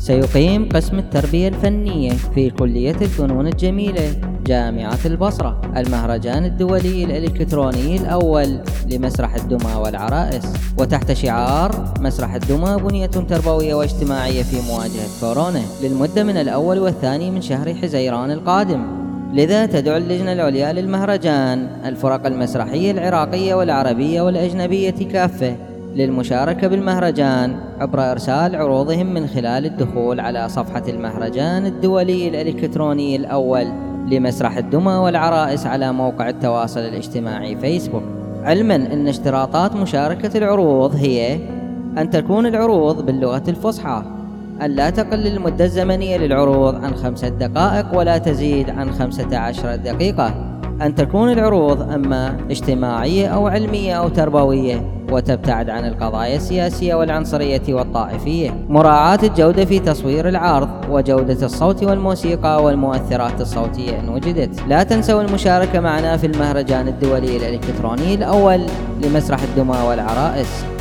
سيقيم قسم التربية الفنية في كلية الفنون الجميلة جامعة البصرة المهرجان الدولي الإلكتروني الأول لمسرح الدمى والعرائس، وتحت شعار مسرح الدمى بنية تربوية واجتماعية في مواجهة كورونا للمدة من الأول والثاني من شهر حزيران القادم. لذا تدعو اللجنة العليا للمهرجان الفرق المسرحية العراقية والعربية والأجنبية كافة للمشاركة بالمهرجان عبر إرسال عروضهم من خلال الدخول على صفحة المهرجان الدولي الإلكتروني الأول لمسرح الدمى والعرائس على موقع التواصل الاجتماعي فيسبوك. علما أن اشتراطات مشاركة العروض هي أن تكون العروض باللغة الفصحى، أن لا تقل المدة الزمنية للعروض عن 5 دقائق ولا تزيد عن 15 دقيقة، أن تكون العروض أما اجتماعية أو علمية أو تربوية وتبتعد عن القضايا السياسية والعنصرية والطائفية، مراعاة الجودة في تصوير العرض وجودة الصوت والموسيقى والمؤثرات الصوتية إن وجدت. لا تنسوا المشاركة معنا في المهرجان الدولي الإلكتروني الأول لمسرح الدمى والعرائس.